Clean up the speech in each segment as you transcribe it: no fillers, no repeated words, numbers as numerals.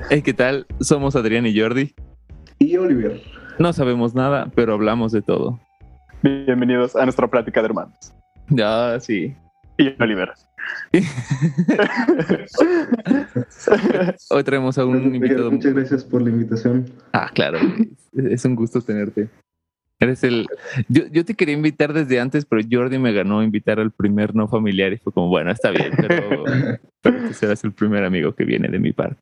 Hey, ¿qué tal? Somos Adrián y Jordi. Y Oliver. No sabemos nada, pero hablamos de todo. Bienvenidos a nuestra plática de hermanos. Ya, sí. Y Oliver. Hoy traemos a un invitado. Muchas gracias por la invitación. Ah, claro. Es un gusto tenerte. Eres el... Yo te quería invitar desde antes, pero Jordi me ganó a invitar al primer no familiar y fue como, bueno, está bien, pero tú serás el primer amigo que viene de mi parte.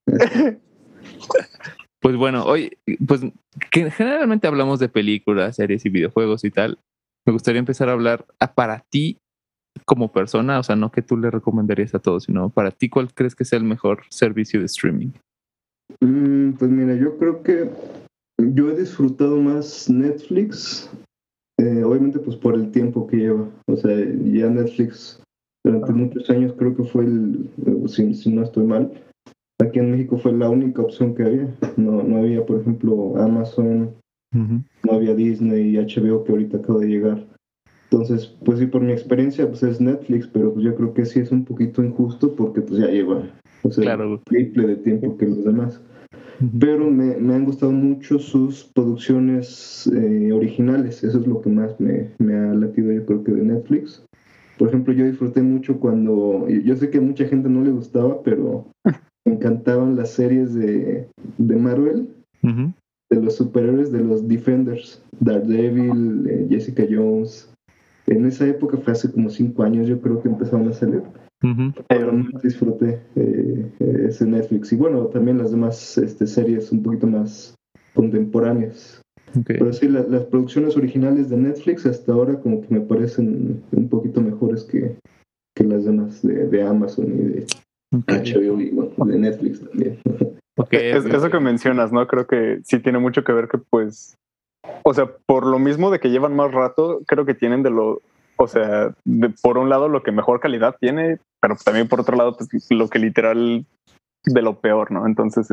Pues bueno, hoy, pues que generalmente hablamos de películas, series y videojuegos y tal. Me gustaría empezar a hablar para ti como persona, o sea, no que tú le recomendarías a todos, sino para ti, ¿cuál crees que sea el mejor servicio de streaming? Pues mira, yo creo que yo he disfrutado más Netflix, obviamente pues por el tiempo que lleva. O sea, ya Netflix durante muchos años creo que fue si no estoy mal, aquí en México fue la única opción que había. No había, por ejemplo, Amazon, no había Disney y HBO que ahorita acaba de llegar. Entonces, pues sí, por mi experiencia, pues es Netflix, pero pues yo creo que sí es un poquito injusto porque pues ya lleva, o sea, Claro. el triple de tiempo que los demás. Pero me han gustado mucho sus producciones originales, eso es lo que más me ha latido yo creo que de Netflix. Por ejemplo, yo disfruté mucho yo sé que a mucha gente no le gustaba, pero me encantaban las series de Marvel, de los superhéroes, de los Defenders, Daredevil, Jessica Jones. En esa época fue hace como 5 años, yo creo que empezaron a salir. Pero más disfruté ese Netflix. Y bueno, también las demás series un poquito más contemporáneas. Okay. Pero sí, las producciones originales de Netflix hasta ahora como que me parecen un poquito mejores que las demás de Amazon y de HBO y bueno, de Netflix también. Eso que mencionas, ¿no? Creo que sí tiene mucho que ver que pues, o sea, por lo mismo de que llevan más rato, creo que tienen o sea, por un lado lo que mejor calidad tiene, pero también por otro lado pues lo que literal de lo peor, ¿no? Entonces,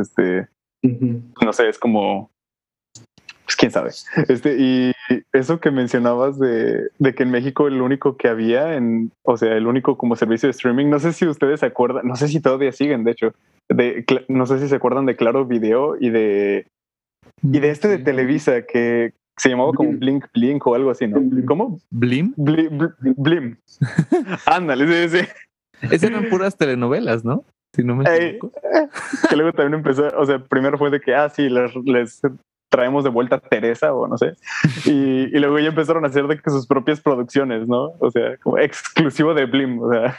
no sé, es como, pues quién sabe. Y eso que mencionabas de que en México el único que había o sea, el único como servicio de streaming, no sé si ustedes se acuerdan, no sé si todavía siguen, de hecho, no sé si se acuerdan de Claro Video y de de Televisa que se llamaba como Blink Blink o algo así, ¿no? ¿Cómo? ¿Blim? Blim. Ándale, sí. Esas eran puras telenovelas, ¿no? Si no me equivoco. Que luego también empezó, o sea, primero fue de que, sí, les traemos de vuelta a Teresa o no sé. Y luego ya empezaron a hacer de que sus propias producciones, ¿no? O sea, como exclusivo de Blim, o sea,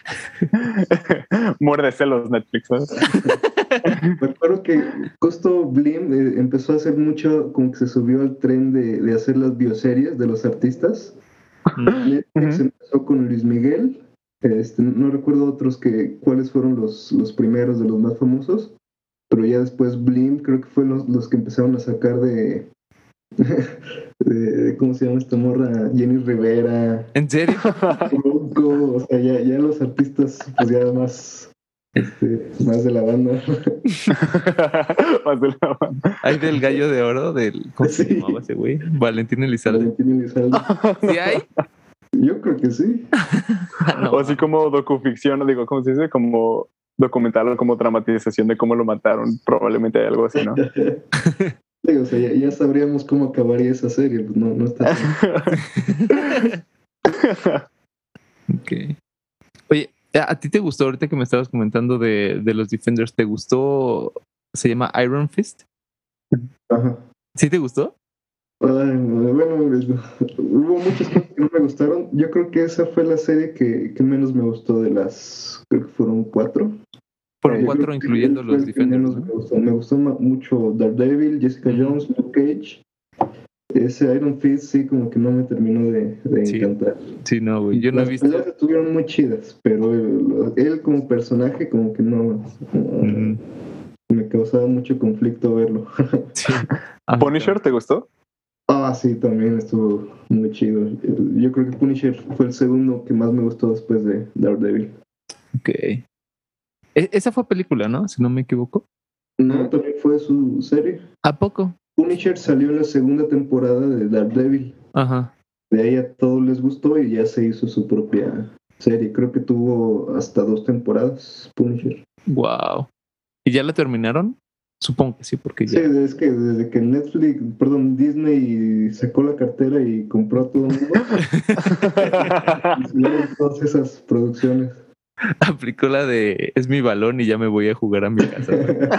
muere de celos Netflix, ¿no? Me acuerdo que justo Blim empezó a hacer mucho, como que se subió al tren de hacer las bioseries de los artistas. Netflix empezó con Luis Miguel, no recuerdo otros cuáles fueron los primeros de los más famosos, pero ya después Blim creo que fue los que empezaron a sacar de ¿cómo se llama esta morra? Jenny Rivera. ¿En serio? O sea, ya los artistas pues ya más de la banda. Más de la banda. ¿Hay del Gallo de Oro? ¿Cómo se llamaba ese güey? Valentín Elizalde. ¿Sí hay? Yo creo que sí. No, o así como docuficción, digo, ¿cómo se dice? Como documental o como dramatización de cómo lo mataron. Probablemente hay algo así, ¿no? Sí, o sea, ya sabríamos cómo acabaría esa serie. Pues no está Ok. Oye, ¿a ti te gustó ahorita que me estabas comentando de los Defenders? ¿Te gustó? ¿Se llama Iron Fist? Ajá. ¿Sí te gustó? Bueno, hubo muchas cosas que no me gustaron. Yo creo que esa fue la serie que menos me gustó de creo que fueron 4. Fueron 4 incluyendo los Defenders, ¿no? Me gustó mucho Daredevil, Jessica Jones, Luke Cage. Ese Iron Fist sí como que no me terminó de encantar. Sí, no, güey. Yo no he visto. Las peleas estuvieron muy chidas, pero él como personaje como que no me causaba mucho conflicto verlo. Sí. ¿Punisher te gustó? Sí, también estuvo muy chido. Yo creo que Punisher fue el segundo que más me gustó después de Daredevil. Ok. Esa fue película, ¿no? Si no me equivoco. No, también fue su serie. ¿A poco? Punisher salió en la segunda temporada de Daredevil. Ajá. De ahí a todos les gustó y ya se hizo su propia serie. Creo que tuvo hasta 2 temporadas Punisher. Wow. ¿Y ya la terminaron? Supongo que sí, porque Sí, ya. es que desde que Disney sacó la cartera y compró a todo el mundo, hicieron todas esas producciones. Aplicó la de es mi balón y ya me voy a jugar a mi casa.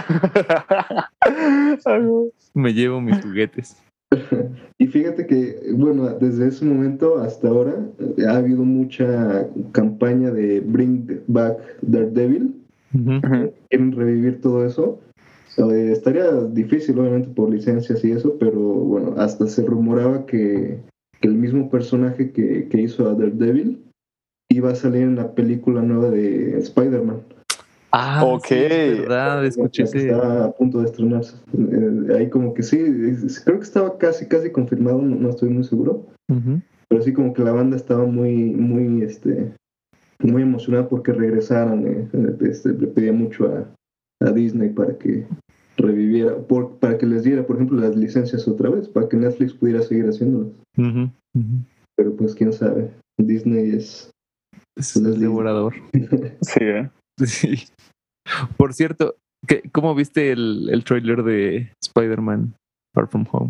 Me llevo mis juguetes. Y fíjate que, bueno, desde ese momento hasta ahora ha habido mucha campaña de Bring Back Daredevil. Uh-huh. Quieren revivir todo eso. Estaría difícil, obviamente, por licencias y eso, pero bueno, hasta se rumoraba que el mismo personaje que hizo a Daredevil iba a salir en la película nueva de Spider-Man. Ah, Ok. sí, es verdad, escuché La que ese. está a punto de estrenarse. Ahí como que sí, creo que estaba casi confirmado, no estoy muy seguro. Uh-huh. Pero sí como que la banda estaba muy emocionada porque regresaran. Le pedía mucho a Disney para que reviviera, para que les diera, por ejemplo, las licencias otra vez, para que Netflix pudiera seguir haciéndolas. Uh-huh. Uh-huh. Pero pues quién sabe, Disney es el devorador. Sí, ¿eh? Sí. Por cierto, ¿cómo viste el trailer de Spider-Man Far From Home?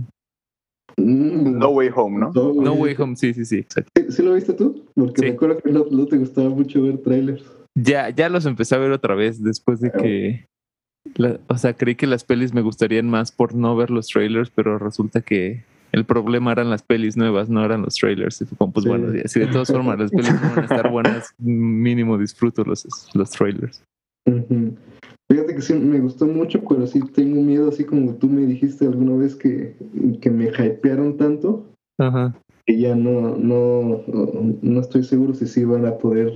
No Way Home, ¿no? No Way Home, sí, exacto. ¿Sí lo viste tú? Porque Sí. me acuerdo que no te gustaba mucho ver trailers. Ya los empecé a ver otra vez después de que... o sea, creí que las pelis me gustarían más por no ver los trailers, pero resulta que el problema eran las pelis nuevas, no eran los trailers. Y fue como, pues Sí. bueno, si de todas formas las pelis no van a estar buenas, mínimo disfruto los trailers. Uh-huh. Fíjate que sí, me gustó mucho, pero sí tengo miedo, así como tú me dijiste alguna vez que me hypearon tanto, Ajá. que ya no estoy seguro si sí van a poder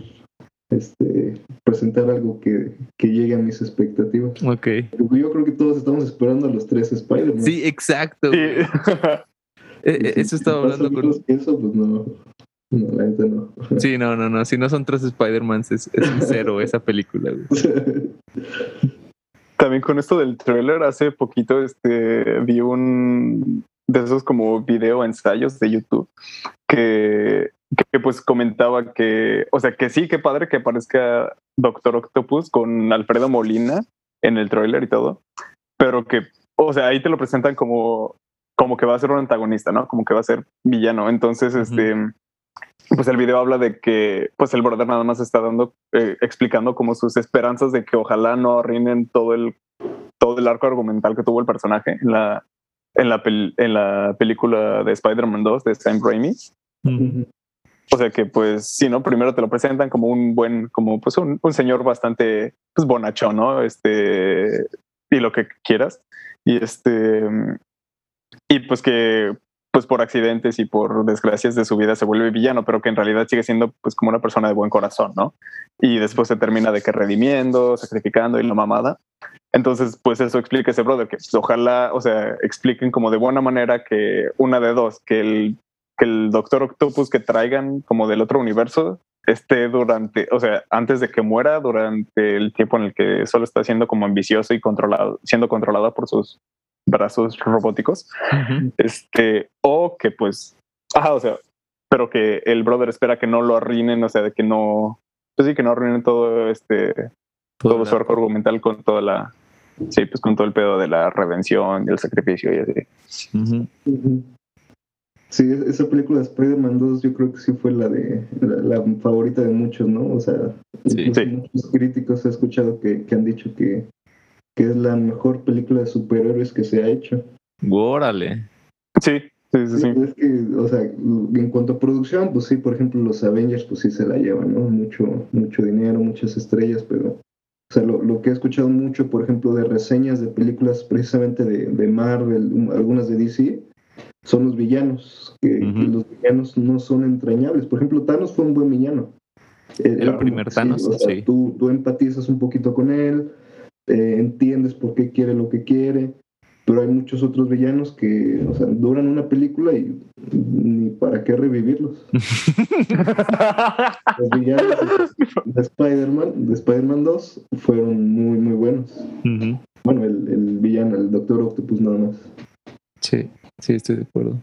presentar algo que llegue a mis expectativas. Ok. Yo creo que todos estamos esperando a los 3 Spider-Man. Sí, exacto. Sí. Eso estaba hablando con... Eso, pues no, la neta no. Sí, no. Si no son 3 Spider-Mans, es un cero esa película, güey. También con esto del trailer, hace poquito vi un de esos como video ensayos de YouTube que pues comentaba que, o sea, que sí, qué padre que aparezca Doctor Octopus con Alfredo Molina en el trailer y todo, pero que, o sea, ahí te lo presentan como que va a ser un antagonista, ¿no? Como que va a ser villano. Entonces, pues el video habla de que pues el brother nada más está dando explicando como sus esperanzas de que ojalá no arruinen todo el arco argumental que tuvo el personaje en la película de Spider-Man 2 de Sam Raimi. O sea que pues sí, ¿no? Primero te lo presentan como un buen, como pues un señor bastante pues bonachón, ¿no? Y lo que quieras. Y pues que pues por accidentes y por desgracias de su vida se vuelve villano, pero que en realidad sigue siendo pues como una persona de buen corazón, ¿no? Y después se termina de que redimiendo, sacrificando y la mamada. Entonces, pues eso explica ese brother, que pues, ojalá, o sea, expliquen como de buena manera que una de dos, que el Doctor Octopus que traigan como del otro universo esté durante, o sea, antes de que muera, durante el tiempo en el que solo está siendo como ambicioso y siendo controlada por sus brazos robóticos, o que pues, o sea, pero que el brother espera que no lo arruinen, o sea, de que no, pues sí, que no arruinen todo todo su arco argumental con toda la, sí, pues con todo el pedo de la redención y el sacrificio y así. Sí, esa película de Spider-Man 2 yo creo que sí fue la favorita de muchos, ¿no? O sea, muchos críticos he escuchado que han dicho que es la mejor película de superhéroes que se ha hecho. ¡Órale! Sí. Es que, o sea, en cuanto a producción, pues sí, por ejemplo, los Avengers, pues sí se la llevan, ¿no? Mucho dinero, muchas estrellas, pero, o sea, lo que he escuchado mucho, por ejemplo, de reseñas de películas precisamente de Marvel, algunas de DC, son los villanos, que los villanos no son entrañables. Por ejemplo, Thanos fue un buen villano. El primer Thanos, o sea, tú empatizas un poquito con él, entiendes por qué quiere lo que quiere, pero hay muchos otros villanos que, o sea, duran una película y ni para qué revivirlos. Los villanos de Spider-Man 2 fueron muy, muy buenos. Bueno, el villano, el Doctor Octopus nada más. Sí, estoy de acuerdo.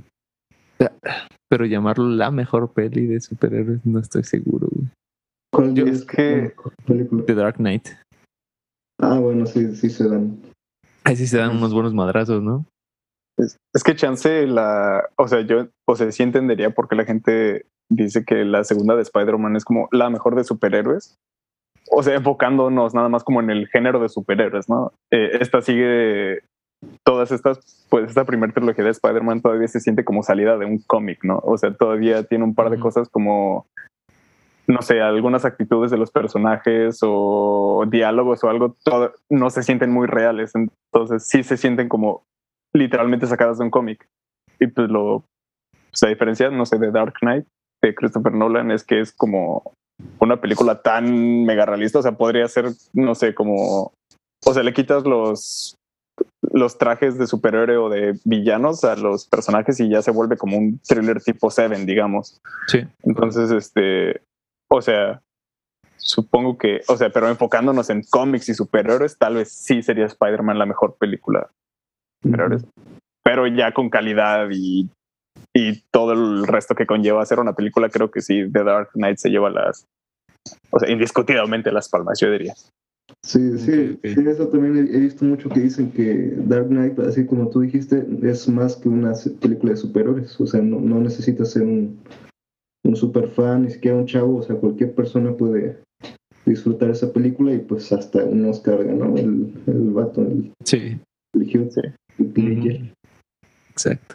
Pero llamarlo la mejor peli de superhéroes no estoy seguro, güey. ¿Cuál es que película? The Dark Knight. Bueno, sí se dan. Ahí sí se dan unos buenos madrazos, ¿no? Es que chance sí entendería por qué la gente dice que la segunda de Spider-Man es como la mejor de superhéroes. O sea, enfocándonos nada más como en el género de superhéroes, ¿no? Esta sigue todas estas, pues esta primera trilogía de Spider-Man todavía se siente como salida de un cómic, ¿no? O sea, todavía tiene un par de cosas como, no sé, algunas actitudes de los personajes o diálogos o algo, no se sienten muy reales. Entonces sí se sienten como literalmente sacadas de un cómic. Y pues la diferencia, no sé, de Dark Knight, de Christopher Nolan, es que es como una película tan mega realista. O sea, podría ser, no sé, como, o sea, le quitas los trajes de superhéroe o de villanos a los personajes y ya se vuelve como un thriller tipo Seven, digamos. Sí. Entonces, o sea, supongo que, o sea, pero enfocándonos en cómics y superhéroes, tal vez sí sería Spider-Man la mejor película de superhéroes, pero ya con calidad y todo el resto que conlleva hacer una película, creo que sí, The Dark Knight se lleva indiscutiblemente las palmas, yo diría. Sí, eso también he visto mucho que dicen que Dark Knight, así como tú dijiste, es más que una película de superhéroes. O sea, no necesitas ser un super fan, ni siquiera un chavo. O sea, cualquier persona puede disfrutar esa película y pues hasta un Oscar ganó el vato, el Hugh Ledger. Exacto.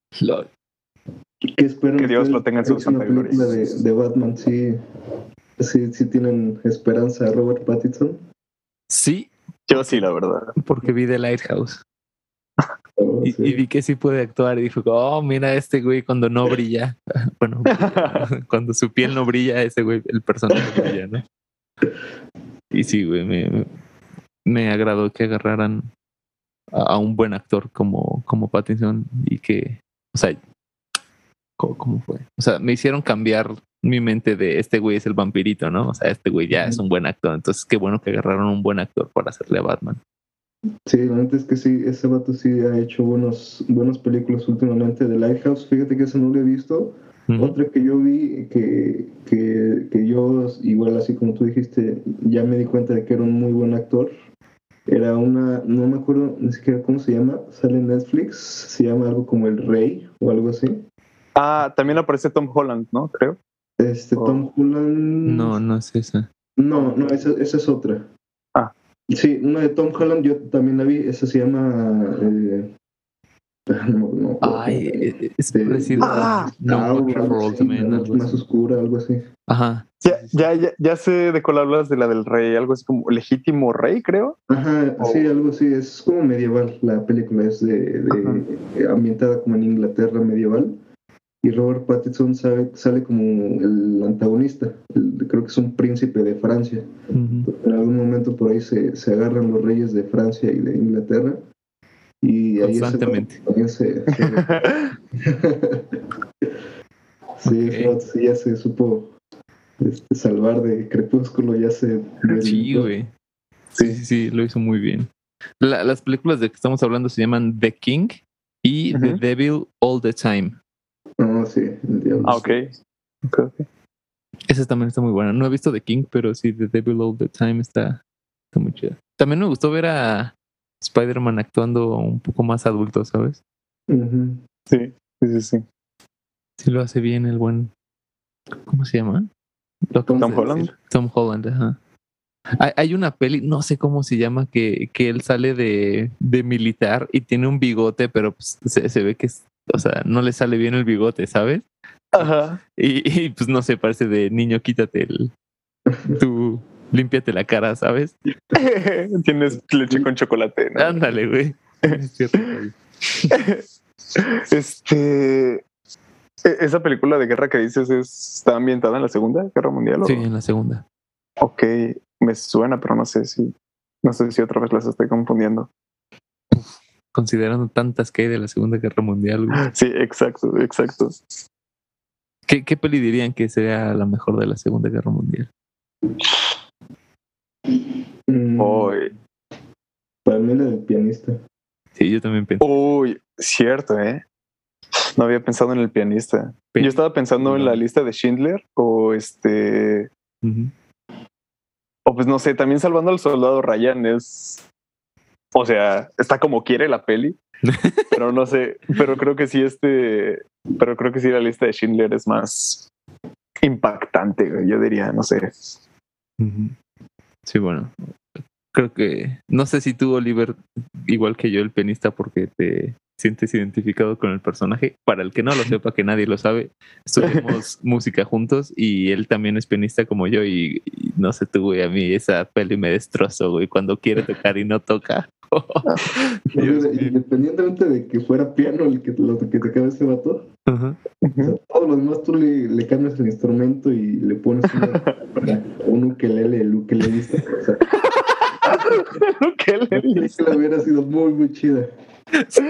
¿Qué esperan? Que Dios lo tenga en su santa gloria. Película de Batman, sí tienen esperanza. Robert Pattinson. Sí. Yo sí, la verdad. Porque vi The Lighthouse. Y vi que sí puede actuar. Y dijo, oh, mira este güey cuando no brilla. Bueno, cuando su piel no brilla, ese güey, el personaje brilla, ¿no? Y sí, güey, me agradó que agarraran a un buen actor como Pattinson y que, o sea, ¿cómo fue? O sea, me hicieron cambiar mi mente de este güey es el vampirito, ¿no? O sea, este güey ya es un buen actor. Entonces, qué bueno que agarraron un buen actor para hacerle a Batman. Sí, la neta es que sí, ese vato sí ha hecho buenas películas últimamente. The Lighthouse, fíjate que esa no la he visto. Otra que yo vi, que yo, igual así como tú dijiste, ya me di cuenta de que era un muy buen actor. Era no me acuerdo ni siquiera cómo se llama, sale en Netflix, se llama algo como El Rey o algo así. También aparece Tom Holland, ¿no? Creo. Tom Holland... No es esa. No, esa es otra. Sí, una de Tom Holland yo también la vi, esa se llama... es parecido a No Country for Old Men. La noche más oscura, algo así. Ajá. Ya sé de cuál hablas, de la del rey, algo así como Legítimo Rey, creo. Ajá, sí, algo así, es como medieval la película, es ambientada como en Inglaterra medieval. Y Robert Pattinson sale como el antagonista, creo que es un príncipe de Francia. En algún momento por ahí se agarran los reyes de Francia y de Inglaterra. Y ahí constantemente. Sí, ya se supo salvar de Crepúsculo, ya se... Sí, güey. Sí, lo hizo muy bien. Las películas de que estamos hablando se llaman The King y The Devil All the Time. Sí, el diablo. Okay. Esa también está muy buena. No he visto The King, pero sí, The Devil All the Time está muy chida. También me gustó ver a Spider-Man actuando un poco más adulto, ¿sabes? Sí. Sí lo hace bien el buen... ¿Cómo se llama? Tom Holland. Tom Holland, ajá. Hay una peli, no sé cómo se llama, que él sale de militar y tiene un bigote, pero pues se ve que o sea, no le sale bien el bigote, ¿sabes? Ajá. Y pues no sé, parece de niño, quítate tú límpiate la cara, ¿sabes? Tienes leche con chocolate, ¿no? Ándale, güey. ¿Esa película de guerra que dices está ambientada en la Segunda Guerra Mundial? Sí, en la Segunda. Ok, me suena, pero no sé si otra vez las estoy confundiendo. Considerando tantas que hay de la Segunda Guerra Mundial, güey. Sí, exacto. ¿Qué peli dirían que sea la mejor de la Segunda Guerra Mundial? Para mí la del pianista. Sí, yo también pensé. Uy, cierto, no había pensado en el pianista. Yo estaba pensando en la lista de Schindler o o pues no sé, también Salvando al Soldado Ryan es o sea, está como quiere la peli, pero no sé, pero creo que sí la lista de Schindler es más impactante, güey, yo diría, no sé. Sí, bueno, creo que, no sé si tú, Oliver, igual que yo, el pianista, porque te sientes identificado con el personaje. Para el que no lo sepa, que nadie lo sabe, estudiamos música juntos y él también es pianista como yo y no sé tú, güey, a mí esa peli me destrozó, güey, cuando quiere tocar y no toca. Independientemente de que fuera piano lo que tocaba ese vato, Uh-huh. o sea, todo lo demás tú le cambias el instrumento y le pones un ukelele, el ukelelista. O sea, la película hubiera sido muy, muy chida. Sí.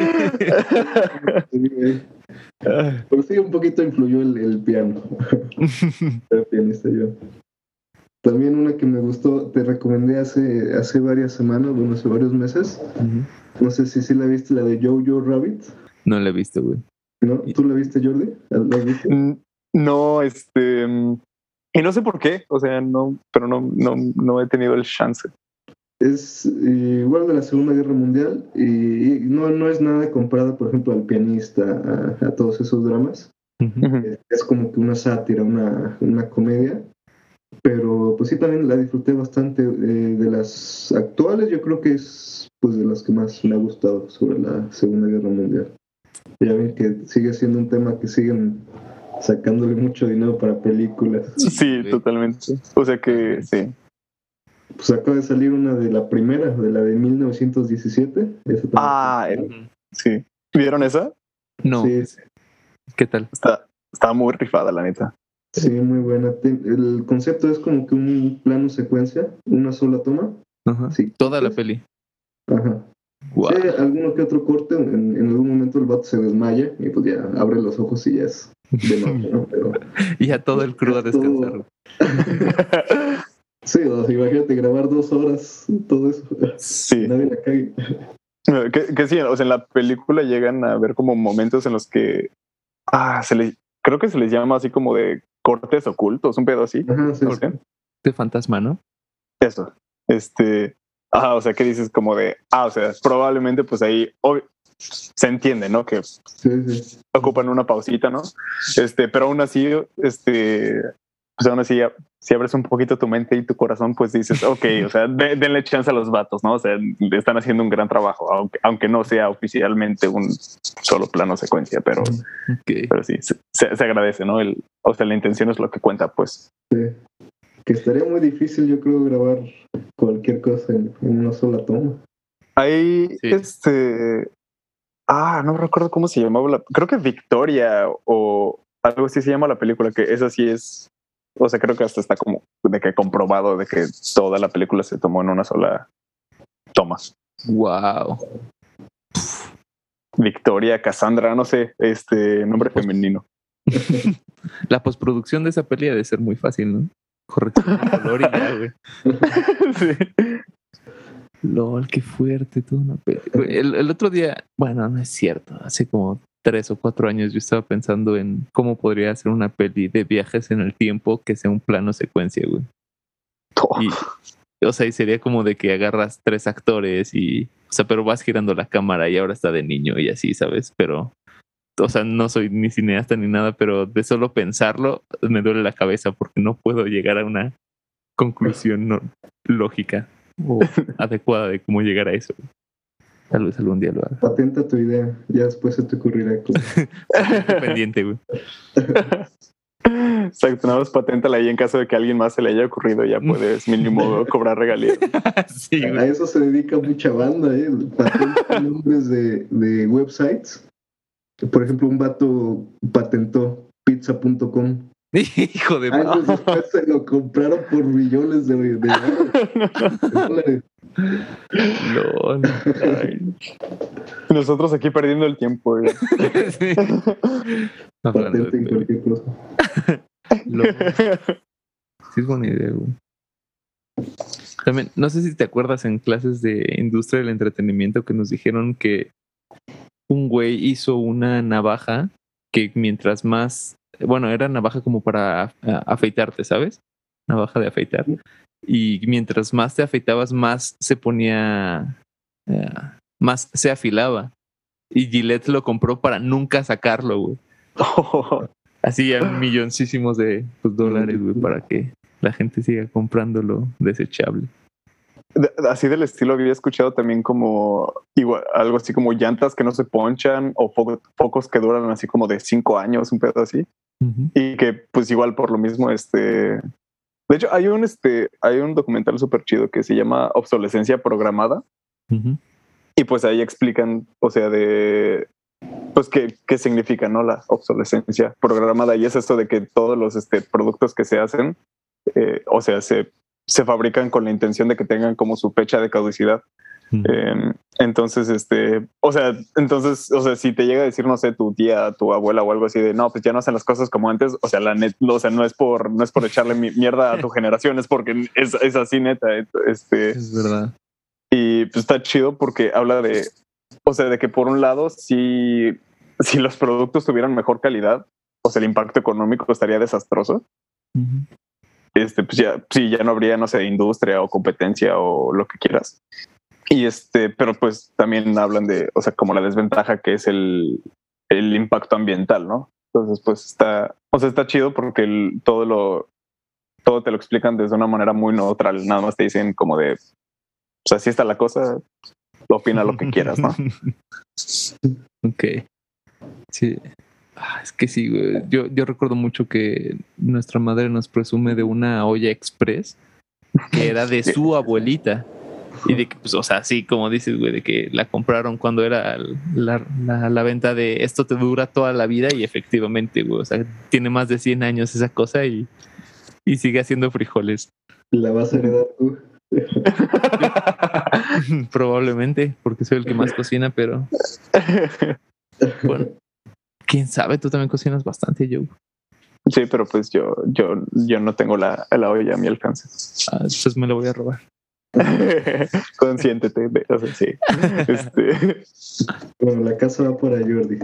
Pero sí, un poquito influyó el piano. Era pianista yo. También una que me gustó, te recomendé hace varias semanas, bueno, hace varios meses. No sé si la viste, la de Jojo Rabbit. No la he visto, güey. ¿No? ¿Tú la viste, Jordi? ¿La has visto? No, y no sé por qué, o sea, no, pero no he tenido el chance. Es igual de la Segunda Guerra Mundial y no es nada comparada, por ejemplo, al pianista, a todos esos dramas. Es como que una sátira, una comedia, pero pues sí, también la disfruté bastante. De las actuales, yo creo que es pues de las que más me ha gustado sobre la Segunda Guerra Mundial. Ya ven que sigue siendo un tema que siguen sacándole mucho dinero para películas. Sí, totalmente. O sea que sí. Pues acaba de salir una de la primera, de la de 1917. Sí. ¿Vieron esa? No. Sí, ¿Qué tal? Está muy rifada, la neta. sí, muy buena. El concepto es como que un plano secuencia, una sola toma. Ajá. Sí, toda la peli. Ajá. Wow. Sí, alguno que otro corte, en algún momento el vato se desmaya y pues ya abre los ojos y ya es de noche, ¿no? Pero y a todo el crew a descansar. Sí, o sea, imagínate grabar 2 horas, todo eso. Sí. Nadie la cague. Que sí, o sea, en la película llegan a ver como momentos en los que creo que se les llama así como de cortes ocultos, un pedo así. Ajá, sí. De fantasma, ¿no? Eso. O sea, que dices como de, o sea, probablemente pues ahí se entiende, ¿no? Que sí. ocupan una pausita, ¿no? Pero aún así, pues aún así, si abres un poquito tu mente y tu corazón, pues dices, ok, o sea, denle chance a los vatos, ¿no? O sea, están haciendo un gran trabajo, aunque no sea oficialmente un solo plano secuencia, pero sí, se agradece, ¿no? O sea, la intención es lo que cuenta, pues. Sí. Que estaría muy difícil, yo creo, grabar cualquier cosa en una sola toma. Hay, no recuerdo cómo se llamaba, creo que Victoria o algo así se llama la película, que esa sí es, o sea, creo que hasta está como de que comprobado de que toda la película se tomó en una sola toma. Wow. Victoria, Cassandra, no sé, nombre femenino. La postproducción de esa peli ha de ser muy fácil, ¿no? Corrección de color y ya, güey. Sí. LOL, qué fuerte, toda una peli. El otro día, bueno, no es cierto, hace como 3 o 4 años yo estaba pensando en cómo podría hacer una peli de viajes en el tiempo que sea un plano secuencia, güey. Y, o sea, y sería como de que agarras 3 actores y, o sea, pero vas girando la cámara y ahora está de niño y así, ¿sabes? Pero, o sea, no soy ni cineasta ni nada, pero de solo pensarlo me duele la cabeza porque no puedo llegar a una conclusión lógica o adecuada de cómo llegar a eso. Tal vez algún día lo haga. Patenta tu idea, ya después se te ocurrirá. Pendiente, güey. Exacto, nada más paténtala ahí en caso de que a alguien más se le haya ocurrido, ya puedes mínimo cobrar regalías. Sí, a eso se dedica mucha banda, patenta nombres de websites. Por ejemplo, un vato patentó pizza.com. Hijo de años después se lo compraron por millones de dólares. LOL. Nosotros aquí perdiendo el tiempo. Sí. Patente en cualquier cosa. Sí, es buena idea, güey. También, no sé si te acuerdas en clases de industria del entretenimiento que nos dijeron que un güey hizo una navaja que mientras más, bueno, era navaja como para afeitarte, ¿sabes? Navaja de afeitar. Y mientras más te afeitabas, más se ponía más se afilaba. Y Gillette lo compró para nunca sacarlo, güey. Así ya milloncísimos de dólares, güey, para que la gente siga comprando lo desechable. Así del estilo había escuchado también como igual, algo así como llantas que no se ponchan o focos que duran así como de 5 años, un pedo así. Uh-huh. Y que pues igual por lo mismo de hecho hay un documental súper chido que se llama Obsolescencia Programada. Uh-huh. Y pues ahí explican, o sea, pues qué significa, ¿no? La obsolescencia programada. Y es esto de que todos los productos que se hacen, o sea, se fabrican con la intención de que tengan como su fecha de caducidad. Entonces, si te llega a decir, no sé, tu tía, tu abuela o algo así de, no, pues ya no hacen las cosas como antes, o sea, no es por echarle mierda a tu generación, es porque es así, neta. Es verdad. Y pues está chido porque habla de que por un lado, si los productos tuvieran mejor calidad, o sea, el impacto económico estaría desastroso. Uh-huh. Pues ya no habría, no sé, industria o competencia o lo que quieras. Y pero pues también hablan de, o sea, como la desventaja que es el impacto ambiental, ¿no? Entonces, pues está chido porque todo te lo explican desde una manera muy neutral. Nada más te dicen como de, pues así está la cosa, opina lo que quieras, ¿no? Ok. Sí. Es que sí, güey. Yo recuerdo mucho que nuestra madre nos presume de una olla express que era de su abuelita. Y de que, pues, o sea, sí, como dices, güey, de que la compraron cuando era la venta de esto te dura toda la vida y efectivamente, güey, o sea, tiene más de 100 años esa cosa y sigue haciendo frijoles. ¿La vas a heredar tú? Probablemente, porque soy el que más cocina, pero bueno, quién sabe, tú también cocinas bastante, Joe. Sí, pero pues yo no tengo la olla a mi alcance. Entonces me la voy a robar. Consiéntete, o sea, sí. Bueno, la casa va para Jordi.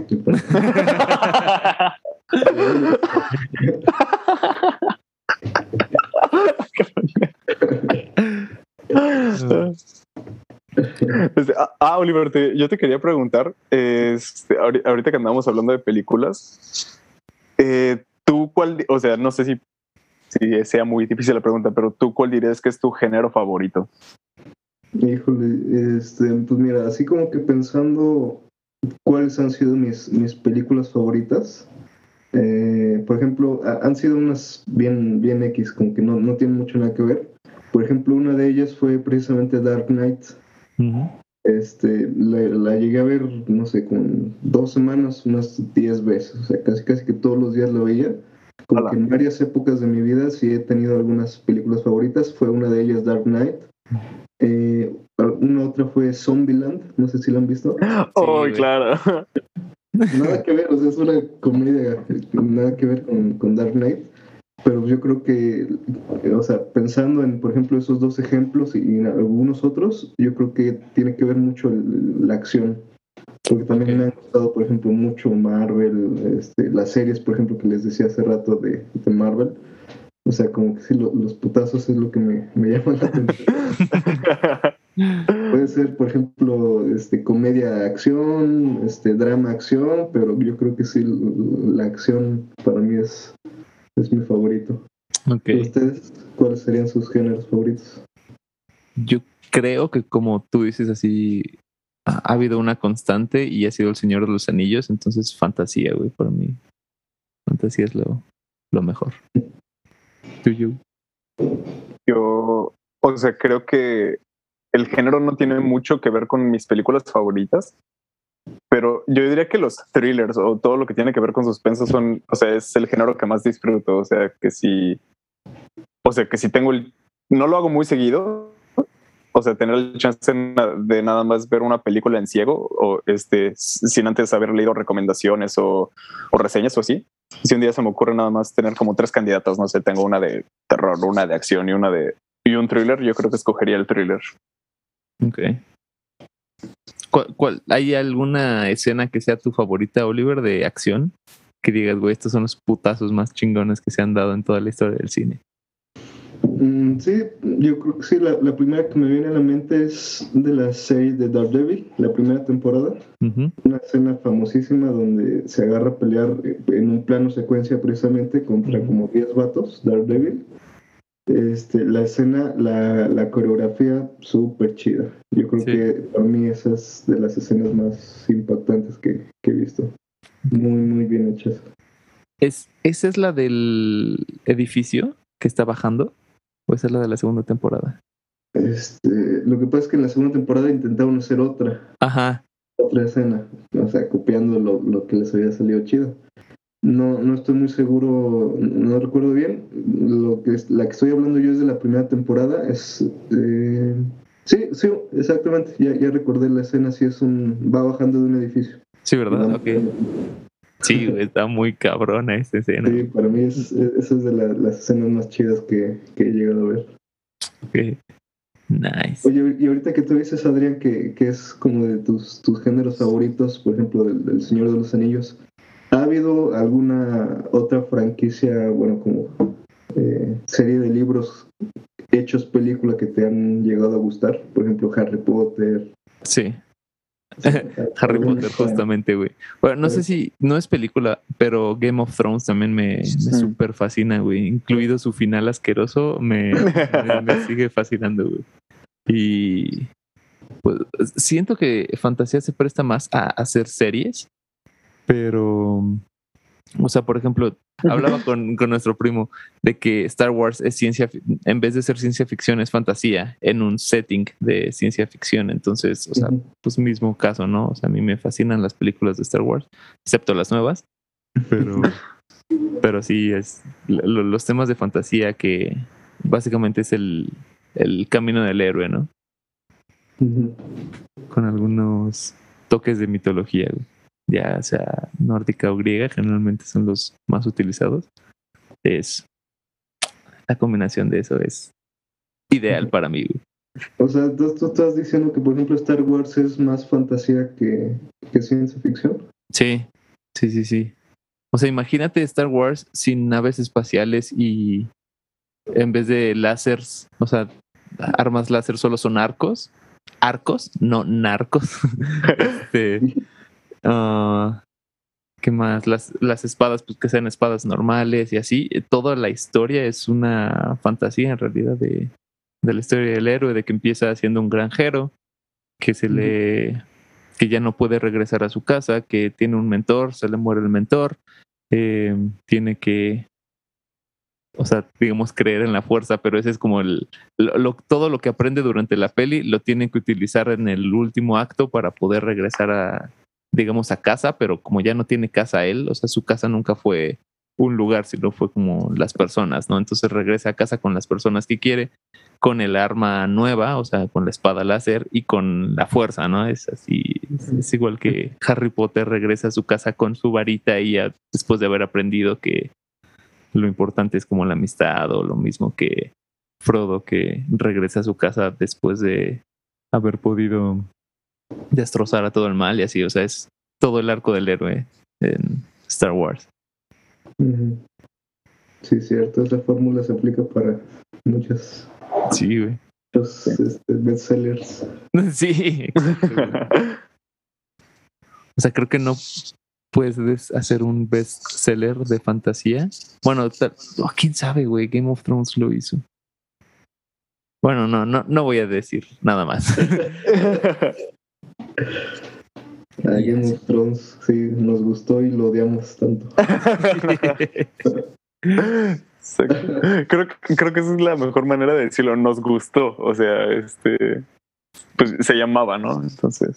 Oliver, yo te quería preguntar, ahorita que andamos hablando de películas, ¿tú cuál, o sea, no sé si sea muy difícil la pregunta, pero ¿tú cuál dirías que es tu género favorito? Híjole, pues mira, así como que pensando cuáles han sido mis películas favoritas, por ejemplo, han sido unas bien X, como que no tienen mucho nada que ver. Por ejemplo, una de ellas fue precisamente Dark Knight. Uh-huh. La llegué a ver, no sé, con 2 semanas, unas 10 veces, o sea, casi que todos los días la veía. Como que en varias épocas de mi vida sí he tenido algunas películas favoritas, fue una de ellas Dark Knight. Una otra fue Zombieland, no sé si la han visto. Oh, sí, claro. Nada que ver, o sea, es una comedia, nada que ver con Dark Knight, pero yo creo que, o sea, pensando en, por ejemplo, esos 2 ejemplos y en algunos otros, yo creo que tiene que ver mucho la acción, porque también me han gustado, por ejemplo, mucho Marvel, las series, por ejemplo, que les decía hace rato de Marvel. O sea, como que sí, los putazos es lo que me llama la atención. Puede ser, por ejemplo, comedia acción, drama acción, pero yo creo que sí, la acción para mí es mi favorito. Okay. ¿Ustedes cuáles serían sus géneros favoritos? Yo creo que como tú dices así, ha habido una constante y ha sido El Señor de los Anillos, entonces fantasía, güey, para mí. Fantasía es lo mejor. Yo, o sea, creo que el género no tiene mucho que ver con mis películas favoritas, pero yo diría que los thrillers o todo lo que tiene que ver con suspenso es el género que más disfruto. O sea, que si tengo no lo hago muy seguido, o sea, tener el chance de nada más ver una película en ciego o sin antes haber leído recomendaciones o reseñas o así. Si un día se me ocurre nada más tener como 3 candidatas, no sé, tengo una de terror, una de acción y un thriller, yo creo que escogería el thriller. Okay. ¿Hay alguna escena que sea tu favorita, Oliver, de acción? Que digas, güey, estos son los putazos más chingones que se han dado en toda la historia del cine. Sí, yo creo que sí. La primera que me viene a la mente es de la serie de Daredevil, la primera temporada. Ujú. Una escena famosísima donde se agarra a pelear en un plano secuencia precisamente contra como 10 vatos, Daredevil. La escena, la coreografía, súper chida. Yo creo Sí. que para mí esa es de las escenas más impactantes que he visto. Muy, muy bien hechas. ¿Esa es la del edificio que está bajando? ¿O esa es la de la segunda temporada? Lo que pasa es que en la segunda temporada intentaron hacer otra Ajá. escena, o sea, copiando lo que les había salido chido. No estoy muy seguro, no recuerdo bien. La que estoy hablando yo es de la primera temporada. Sí, exactamente. Ya recordé la escena. Sí, va bajando de un edificio. Sí, ¿verdad? Ok. Sí, güey, está muy cabrona esta escena. Sí, para mí esa es de las escenas más chidas que he llegado a ver. Ok. Nice. Oye, y ahorita que tú dices, Adrián, que es como de tus géneros favoritos, por ejemplo, del Señor de los Anillos, ¿ha habido alguna otra franquicia, bueno, como serie de libros hechos película que te han llegado a gustar? Por ejemplo, Harry Potter. Sí. Harry alguna Potter, justamente, güey. Bueno, no sé si no es película, pero Game of Thrones también me súper fascina, güey. Incluido su final asqueroso, me sigue fascinando, güey. Y pues siento que fantasía se presta más a hacer series, pero, o sea, por ejemplo, hablaba con nuestro primo de que Star Wars es en vez de ser ciencia ficción, es fantasía en un setting de ciencia ficción. Entonces, o sea, pues mismo caso, ¿no? O sea, a mí me fascinan las películas de Star Wars, excepto las nuevas, pero sí, los temas de fantasía que básicamente es el camino del héroe, ¿no? Con algunos toques de mitología, güey. Ya sea nórdica o griega, generalmente son los más utilizados. La combinación de eso es ideal para mí, güey. O sea, tú estás diciendo que, por ejemplo, Star Wars es más fantasía que ciencia ficción. Sí. O sea, imagínate Star Wars sin naves espaciales y en vez de láseres, o sea, armas láser solo son arcos, no narcos. ¿Qué más? Las espadas, pues que sean espadas normales y así. Toda la historia es una fantasía en realidad de la historia del héroe, de que empieza siendo un granjero, que que ya no puede regresar a su casa, que tiene un mentor, se le muere el mentor, tiene que, o sea, digamos, creer en la fuerza, pero ese es como todo lo que aprende durante la peli lo tiene que utilizar en el último acto para poder regresar digamos, a casa, pero como ya no tiene casa él, o sea, su casa nunca fue un lugar, sino fue como las personas, ¿no? Entonces regresa a casa con las personas que quiere, con el arma nueva, o sea, con la espada láser y con la fuerza, ¿no? Es así, es igual que Harry Potter regresa a su casa con su varita y después de haber aprendido que lo importante es como la amistad, o lo mismo que Frodo, que regresa a su casa después de haber podido destrozar a todo el mal y así, o sea, es todo el arco del héroe en Star Wars. Sí, cierto, esa fórmula se aplica para muchos bestsellers. Sí, exacto. O sea, creo que no puedes hacer un bestseller de fantasía. Bueno, quién sabe, güey, Game of Thrones lo hizo. Bueno, no voy a decir nada más. Game of Thrones, sí, nos gustó y lo odiamos tanto. Creo que esa es la mejor manera de decirlo. Nos gustó, o sea, pues se llamaba, ¿no? Entonces.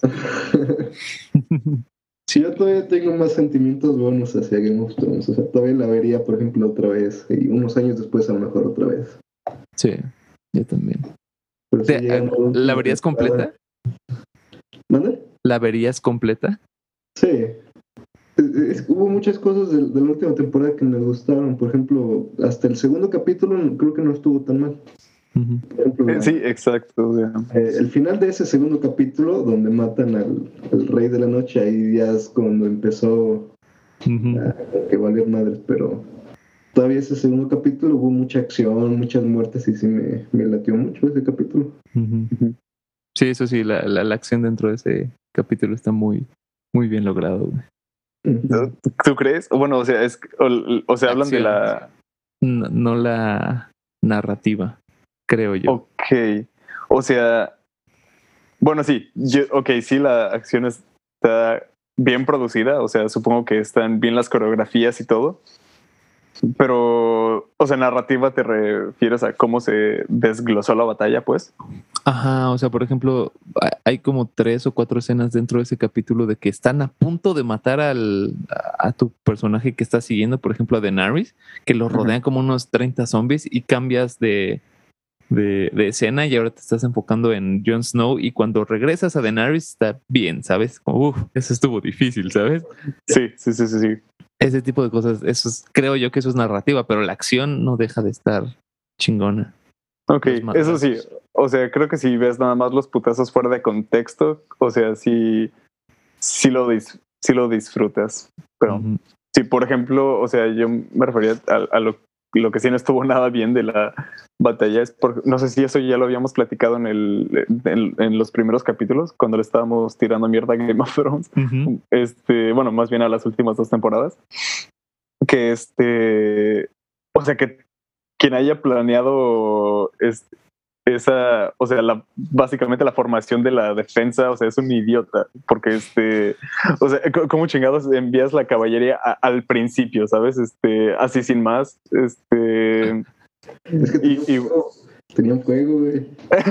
Sí, yo todavía tengo más sentimientos buenos hacia Game of Thrones. O sea, todavía la vería, por ejemplo, otra vez. Y unos años después, a lo mejor otra vez. Sí, yo también. Pero sí, ¿la verías completa? ¿Mande? ¿La verías completa? Sí. Hubo muchas cosas de la última temporada que me gustaron. Por ejemplo, hasta el segundo capítulo creo que no estuvo tan mal. Por ejemplo, sí, exacto. El final de ese segundo capítulo, donde matan al Rey de la Noche, ahí ya es cuando empezó a que valer madres, pero todavía ese segundo capítulo hubo mucha acción, muchas muertes y sí me latió mucho ese capítulo. Sí, eso sí, la acción dentro de ese capítulo está muy, muy bien logrado, güey. ¿Tú crees? Bueno, o sea, o sea, hablan de Acción. la... No la narrativa, creo yo. Ok. O sea, bueno, sí, sí, la acción está bien producida, o sea, supongo que están bien las coreografías y todo, pero, o sea, narrativa te refieres a cómo se desglosó la batalla, pues. Ajá, o sea, por ejemplo, hay como 3 o 4 escenas dentro de ese capítulo de que están a punto de matar a tu personaje que estás siguiendo, por ejemplo, a Daenerys, que lo rodean como unos 30 zombies y cambias de escena y ahora te estás enfocando en Jon Snow y cuando regresas a Daenerys está bien, ¿sabes? Como, eso estuvo difícil, ¿sabes? Sí. Ese tipo de cosas, creo yo que eso es narrativa, pero la acción no deja de estar chingona. Ok, eso sí, o sea, creo que si ves nada más los putazos fuera de contexto, o sea, sí lo disfrutas. Pero sí, por ejemplo, o sea, yo me refería a lo que sí no estuvo nada bien de la batalla, es porque, no sé si eso ya lo habíamos platicado en los primeros capítulos, cuando le estábamos tirando mierda a Game of Thrones, bueno, más bien a las últimas 2 temporadas, que o sea, que quien haya planeado esa, o sea, básicamente la formación de la defensa, o sea, es un idiota, porque o sea, ¿cómo chingados envías la caballería al principio, sabes? Así sin más, Es que tenían fuego, güey.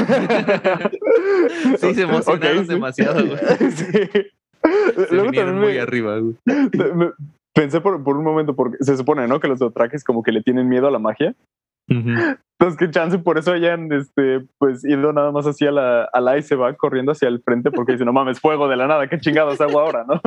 Sí, se emocionaron demasiado, güey. Sí. Se Luego vinieron muy arriba, güey. Pensé por un momento, porque se supone, ¿no? Que los Dothrakis como que le tienen miedo a la magia. Entonces, que chance por eso hayan pues ido nada más así a la y se va corriendo hacia el frente porque dice, no mames, fuego de la nada, qué chingados hago ahora, ¿no?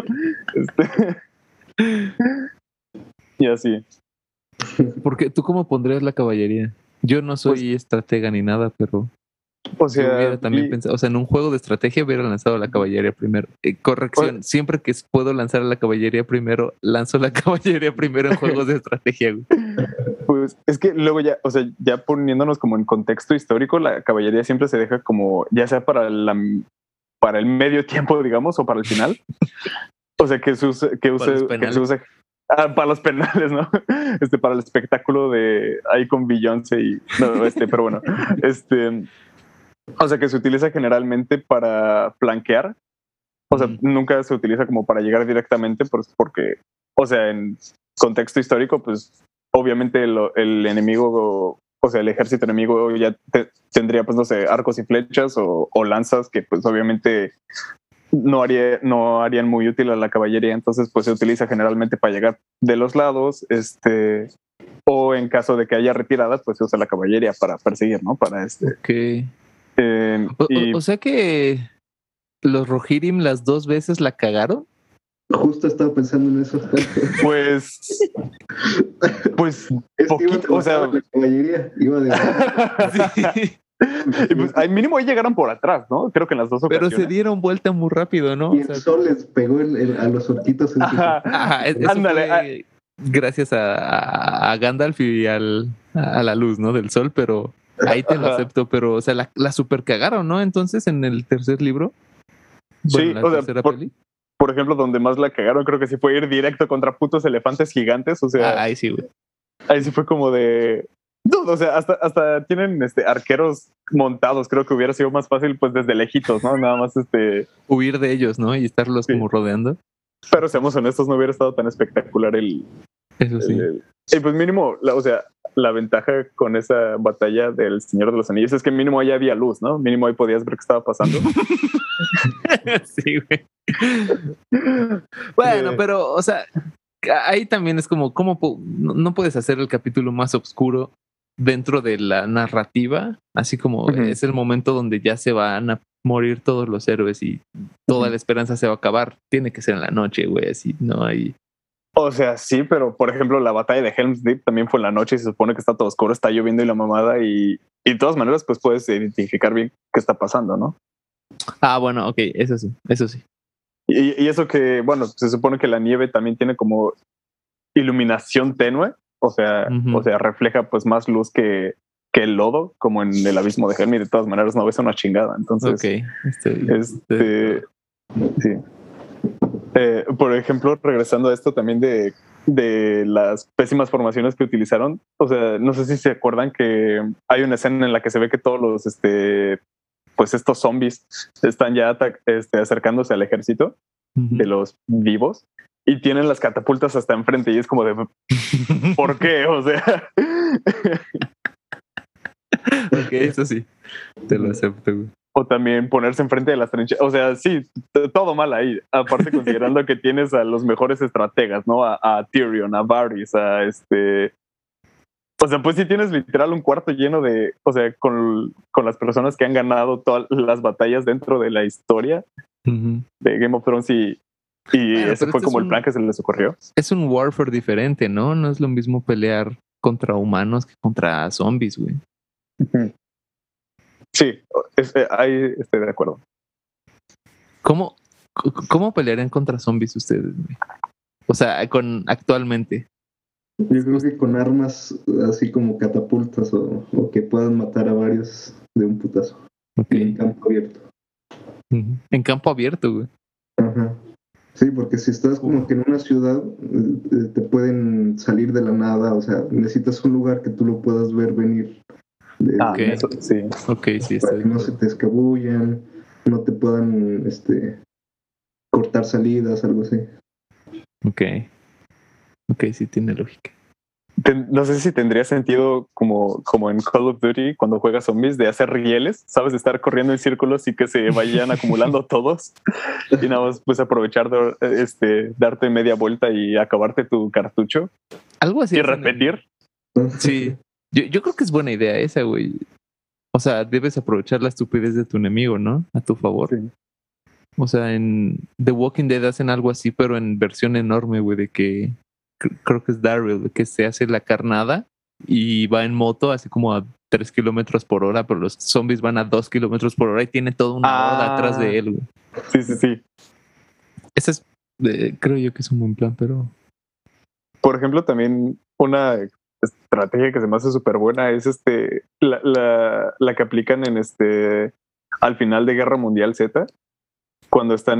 Y así. Porque ¿tú cómo pondrías la caballería? Yo no soy estratega ni nada, pero o sea, yo hubiera también pensado, o sea, en un juego de estrategia hubiera lanzado la caballería primero. Corrección, siempre que puedo lanzar a la caballería primero, lanzo la caballería primero en juegos de estrategia, güey. Pues es que luego ya, o sea, ya poniéndonos como en contexto histórico, la caballería siempre se deja como, ya sea para el medio tiempo, digamos, o para el final. O sea, que se use para los penales, ¿no? Para el espectáculo de ahí con Beyoncé y no, pero bueno, o sea, que se utiliza generalmente para flanquear. O sea, nunca se utiliza como para llegar directamente, pues porque, o sea, en contexto histórico, pues obviamente el enemigo, o sea, el ejército enemigo ya tendría, pues no sé, arcos y flechas o lanzas que pues obviamente no harían muy útil a la caballería. Entonces, pues se utiliza generalmente para llegar de los lados, o en caso de que haya retiradas, pues se usa la caballería para perseguir, ¿no? Para Ok. O sea que los Rohirrim las 2 veces la cagaron. Justo estaba pensando en eso. Pues es que o sea, la caballería iba de sí. Y pues al mínimo ahí llegaron por atrás, ¿no? Creo que en las 2 ocasiones. Pero se dieron vuelta muy rápido, ¿no? Y el sol les pegó a los orquitos. Ándale. Gracias a Gandalf y a la luz, ¿no? Del sol, pero ahí te lo acepto. Pero, o sea, la super cagaron, ¿no? Entonces, en el tercer libro. Bueno, sí, o sea, por ejemplo, donde más la cagaron, creo que sí fue ir directo contra putos elefantes gigantes. O sea, ahí sí, güey. Ahí sí fue como de. No, o sea, hasta tienen arqueros montados. Creo que hubiera sido más fácil, pues desde lejitos, ¿no? Nada más huir de ellos, ¿no? Y estarlos como rodeando. Pero seamos honestos, no hubiera estado tan espectacular Eso sí. Y pues mínimo, o sea, la ventaja con esa batalla del Señor de los Anillos es que mínimo ahí había luz, ¿no? Mínimo ahí podías ver qué estaba pasando. Sí, güey. Bueno, pero, o sea, ahí también es como, ¿cómo no puedes hacer el capítulo más oscuro dentro de la narrativa? Así como es el momento donde ya se van a morir todos los héroes y toda la esperanza se va a acabar. Tiene que ser en la noche, güey, así no hay. O sea, sí, pero por ejemplo, la batalla de Helm's Deep también fue en la noche y se supone que está todo oscuro, está lloviendo y la mamada y de todas maneras, pues puedes identificar bien qué está pasando, ¿no? Bueno, ok, eso sí. Y eso que, bueno, se supone que la nieve también tiene como iluminación tenue, o sea, Ujú. o sea, refleja pues más luz que el lodo, como en el abismo de Helm, y de todas maneras no ves una chingada. Entonces, Ok, estoy- sí. Por ejemplo, regresando a esto también de las pésimas formaciones que utilizaron, o sea, no sé si se acuerdan que hay una escena en la que se ve que todos los, pues estos zombies están ya acercándose al ejército Ujú. de los vivos y tienen las catapultas hasta enfrente y es como de, ¿por qué? O sea, Ok, eso sí, te lo acepto, güey. o también ponerse enfrente de las trincheras. O sea, sí, todo mal ahí. Aparte, considerando que tienes a los mejores estrategas, ¿no? A Tyrion, a Varys, O sea, pues sí tienes literal un cuarto lleno de... O sea, con las personas que han ganado todas las batallas dentro de la historia Ujú. de Game of Thrones y Bueno, ese pero fue este como el plan que se les ocurrió. es un warfare diferente, ¿no? No es lo mismo pelear contra humanos que contra zombies, güey. Sí, ahí estoy de acuerdo. ¿Cómo, cómo pelearían contra zombies ustedes, güey? O sea, actualmente. Yo creo que con armas así como catapultas o que puedan matar a varios de un putazo. Ok. Y en campo abierto. Ujú. En campo abierto, güey. Ajá. Sí, porque si estás como que en una ciudad, te pueden salir de la nada, o sea, necesitas un lugar que tú lo puedas ver venir Ok. Eso, sí. Ok, sí, para estoy. que no se te escabullan, no te puedan cortar salidas, algo así. Ok. Ok, sí tiene lógica. No sé si tendría sentido como en Call of Duty cuando juegas zombies de hacer rieles, sabes, de estar corriendo en círculos y que se vayan acumulando todos y nada más pues aprovechar darte media vuelta y acabarte tu cartucho Algo así y hacen repetir. Sí. Yo creo que es buena idea esa, güey. O sea, debes aprovechar la estupidez de tu enemigo, ¿no? A tu favor. Sí. O sea, en The Walking Dead hacen algo así, pero en versión enorme, güey, de que creo que es Daryl, que se hace la carnada y va en moto así como a 3 kilómetros por hora, pero los zombies van a 2 kilómetros por hora y tiene toda una horda atrás de él, güey. Sí. Ese es, creo yo que es un buen plan, pero... Por ejemplo, también una estrategia que se me hace súper buena es la que aplican en al final de Guerra Mundial Z, cuando están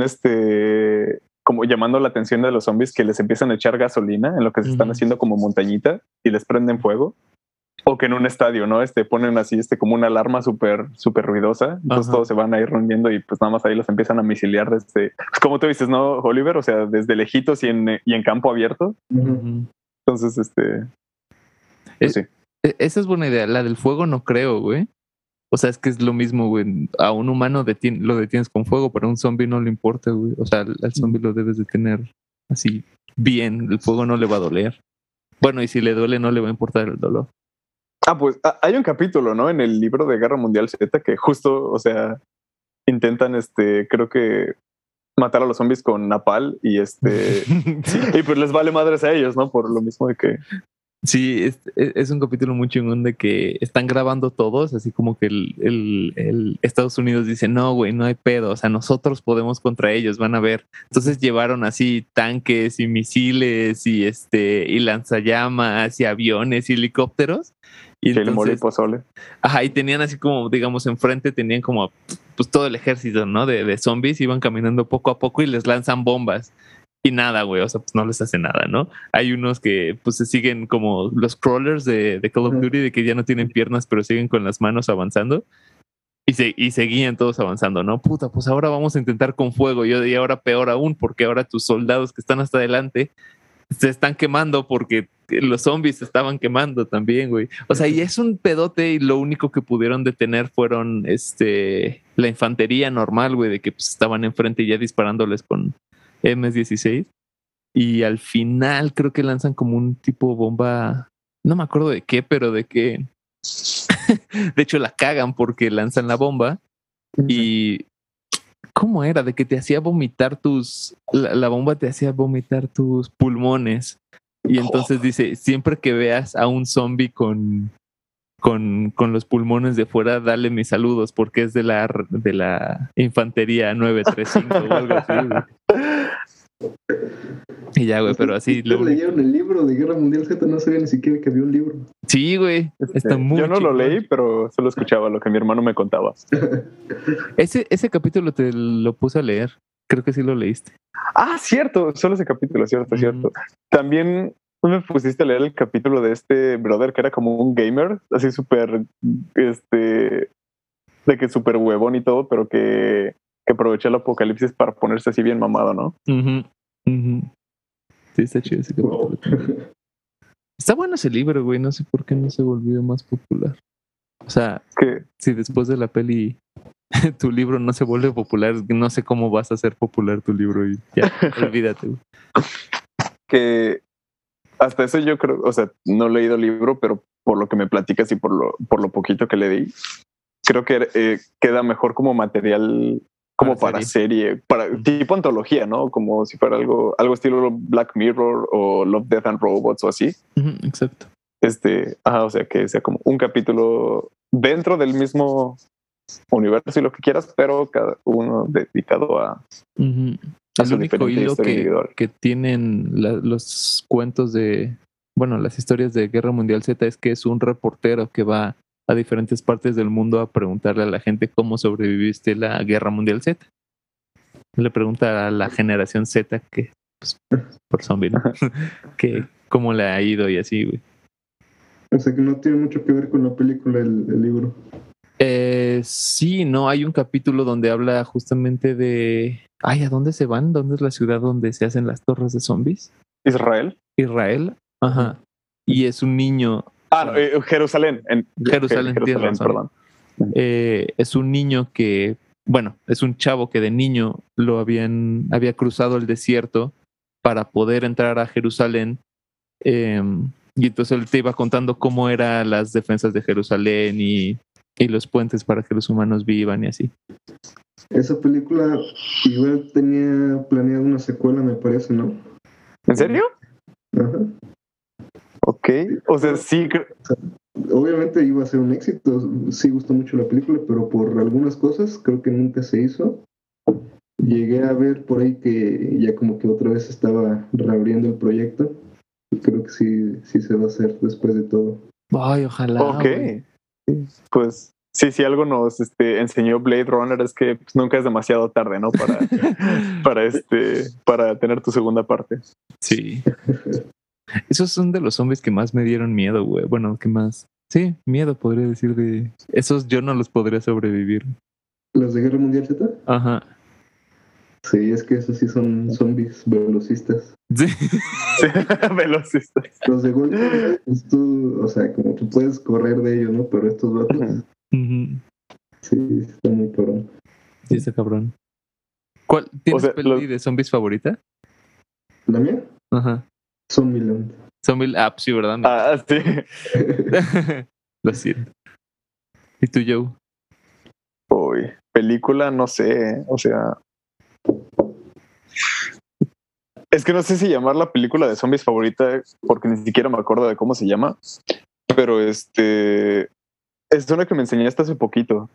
como llamando la atención de los zombies, que les empiezan a echar gasolina en lo que se están haciendo como montañita y les prenden fuego, o que en un estadio, ¿no? Ponen así como una alarma súper ruidosa, entonces Ajá. todos se van a ir reuniendo y pues nada más ahí los empiezan a misiliar desde, pues como tú dices, ¿no, Oliver? O sea, desde lejitos y en campo abierto. Ujú. Entonces, pues sí. Esa es buena idea. La del fuego no creo, güey. O sea, es que es lo mismo, güey. A un humano lo detienes con fuego, pero a un zombie no le importa, güey. O sea, al zombie lo debes detener así bien. El fuego no le va a doler. Bueno, y si le duele, no le va a importar el dolor. Pues hay un capítulo, ¿no? En el libro de Guerra Mundial Z que justo, o sea, intentan, creo que matar a los zombies con napal y Sí. y pues les vale madres a ellos, ¿no? Por lo mismo de que... Sí, es un capítulo muy chingón de que están grabando todos, así como que el Estados Unidos dice, no, güey, no hay pedo, o sea, nosotros podemos contra ellos, van a ver. Entonces llevaron así tanques y misiles y lanzallamas y aviones y helicópteros. Y Chile, mole y entonces, pozole. ajá, y tenían así como, digamos, enfrente tenían como pues todo el ejército, ¿no? De zombies, iban caminando poco a poco y les lanzan bombas. Y nada, güey, o sea, pues no les hace nada, ¿no? Hay unos que pues se siguen como los crawlers de Call of Duty, de que ya no tienen piernas, pero siguen con las manos avanzando. Y seguían todos avanzando, ¿no? Puta, pues ahora vamos a intentar con fuego. Y ahora peor aún, porque ahora tus soldados que están hasta adelante se están quemando porque los zombies se estaban quemando también, güey. O sea, y es un pedote y lo único que pudieron detener fueron la infantería normal, güey, de que pues estaban enfrente ya disparándoles con M16 y al final creo que lanzan como un tipo bomba, no me acuerdo de qué, pero de que de hecho la cagan porque lanzan la bomba y ¿cómo era? De que te hacía vomitar la bomba te hacía vomitar tus pulmones y entonces dice, siempre que veas a un zombie con los pulmones de fuera, dale mis saludos porque es de la infantería 935 o algo así, güey. Y ya, güey, pero así... ¿Ustedes leyeron el libro de Guerra Mundial Z? No sabía ni siquiera que había un libro. Sí, güey, está muy Yo no chingón. lo leí, pero solo escuchaba lo que mi hermano me contaba. Ese capítulo te lo puse a leer. Creo que sí lo leíste. Ah, cierto, solo ese capítulo, cierto. También me pusiste a leer el capítulo de este brother que era como un gamer, así súper, de que súper huevón y todo, pero que aprovechó el apocalipsis para ponerse así bien mamado, ¿no? Sí, está chido ese capítulo también. Está bueno ese libro, güey. No sé por qué no se volvió más popular. O sea, si después de la peli tu libro no se vuelve popular, no sé cómo vas a hacer popular tu libro y ya, olvídate, güey. Que hasta eso yo creo, o sea, no he leído el libro, pero por lo que me platicas y por lo poquito que leí, creo que queda mejor como material, como para serie, para tipo antología, ¿no? Como si fuera algo estilo Black Mirror o Love, Death and Robots o así. Exacto. O sea, que sea como un capítulo dentro del mismo universo y lo que quieras, pero cada uno dedicado a el único hilo que tienen los cuentos las historias de Guerra Mundial Z es que es un reportero que va a diferentes partes del mundo a preguntarle a la gente cómo sobreviviste la Guerra Mundial Z. Le pregunta a la generación Z que, pues, por zombie, ¿no? que cómo le ha ido y así, güey. O sea que no tiene mucho que ver con la película, el libro. Sí, no, hay un capítulo donde habla justamente de... Ay, ¿a dónde se van? ¿Dónde es la ciudad donde se hacen las torres de zombies? Israel. Ajá. Y es un niño... Jerusalén. Jerusalén, perdón. Es un niño que... Bueno, es un chavo que de niño había cruzado el desierto para poder entrar a Jerusalén. Y entonces él te iba contando cómo eran las defensas de Jerusalén y los puentes para que los humanos vivan y así. Esa película igual tenía planeada una secuela, me parece, ¿no? ¿En serio? Ajá. Ok, o sea, sí. Obviamente iba a ser un éxito, sí gustó mucho la película, pero por algunas cosas creo que nunca se hizo. Llegué a ver por ahí que ya como que otra vez estaba reabriendo el proyecto. Creo que sí se va a hacer después de todo. Ay, ojalá. Ok, güey. Pues si algo nos enseñó Blade Runner es que pues, nunca es demasiado tarde, ¿no? Para tener tu segunda parte. Sí. Esos son de los zombies que más me dieron miedo, güey. Bueno, que más... Sí, miedo podría decir de... Esos yo no los podría sobrevivir. ¿Los de Guerra Mundial Z? Ajá. Sí, es que esos sí son zombies velocistas. Sí. Velocistas. Los de golpe, pues tú, o sea, como que puedes correr de ellos, ¿no? Pero estos vatos, sí, está muy cabrón. Sí, está cabrón. ¿Cuál tienes peli de zombies favorita? ¿La mía? Ajá. Zombieland. Zombieland, sí, ¿verdad? Sí. Lo siento. ¿Y tú, Joe? Uy, película, no sé, o sea... Es que no sé si llamar la película de zombies favorita porque ni siquiera me acuerdo de cómo se llama, pero es una que me enseñaste hace poquito.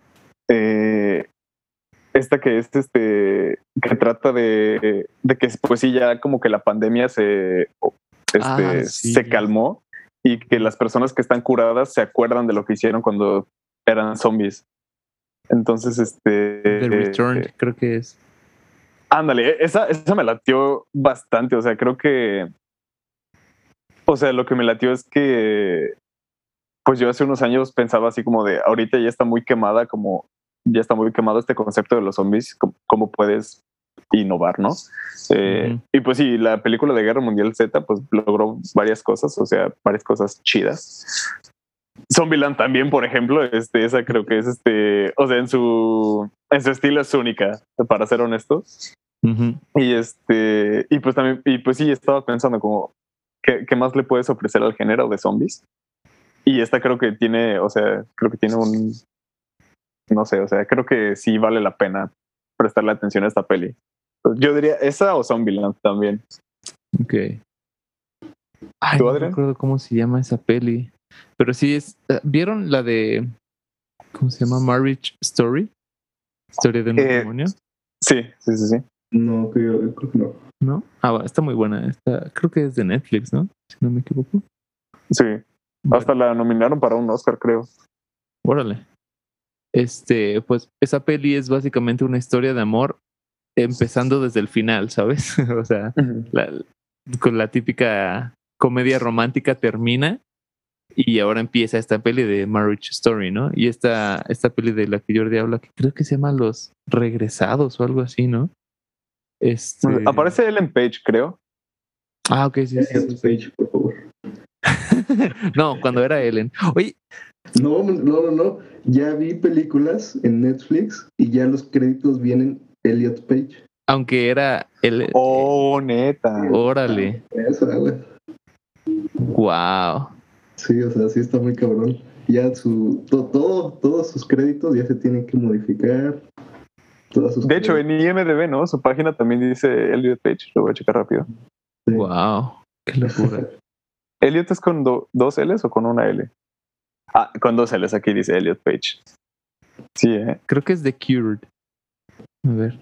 Esta que es que trata de que pues sí, ya como que la pandemia se calmó y que las personas que están curadas se acuerdan de lo que hicieron cuando eran zombies. Entonces, The Return, creo que es. Ándale, esa me latió bastante, o sea, creo que... O sea, lo que me latió es que... Pues yo hace unos años pensaba así como de... Ahorita ya está muy quemada, como... Ya está muy quemado este concepto de los zombies, cómo puedes innovar, ¿no? Y pues sí, la película de Guerra Mundial Z pues logró varias cosas, o sea, varias cosas chidas. Zombieland también, por ejemplo, esa creo que es o sea, en su estilo es única, para ser honesto. Y pues también, y pues sí, estaba pensando como ¿qué más le puedes ofrecer al género de zombies? Y esta creo que tiene, o sea, un, no sé, o sea, creo que sí vale la pena prestarle atención a esta peli. Yo diría esa o Zombieland también. Ok. Ay, no recuerdo cómo se llama esa peli. Pero sí es... ¿Vieron la de... ¿Cómo se llama? Marriage Story? ¿Historia de un matrimonio? Sí. No, creo que no. ¿no? Está muy buena. Creo que es de Netflix, ¿no? Si no me equivoco. Sí, Bueno, hasta la nominaron para un Oscar, creo. órale. Pues esa peli es básicamente una historia de amor empezando desde el final, ¿sabes? O sea, con la típica comedia romántica termina y ahora empieza esta peli de Marriage Story, ¿no? Y esta peli de la que Jordi habla, que creo que se llama Los Regresados o algo así, ¿no? Aparece Ellen Page, creo. Ok, sí. Page, por favor. No, cuando era Ellen. Oye. No. Ya vi películas en Netflix y ya los créditos vienen Elliot Page. Aunque era el. Neta. Órale. Eso, güey. Wow. Sí, o sea, sí está muy cabrón. Ya todos sus créditos ya se tienen que modificar. De hecho, en IMDb, ¿no? Su página también dice Elliot Page. Lo voy a checar rápido. Sí. Wow. Qué locura. ¿Elliot es con dos L's o con una L? Con dos L's, aquí dice Elliot Page. Sí, Creo que es The Cured. A ver.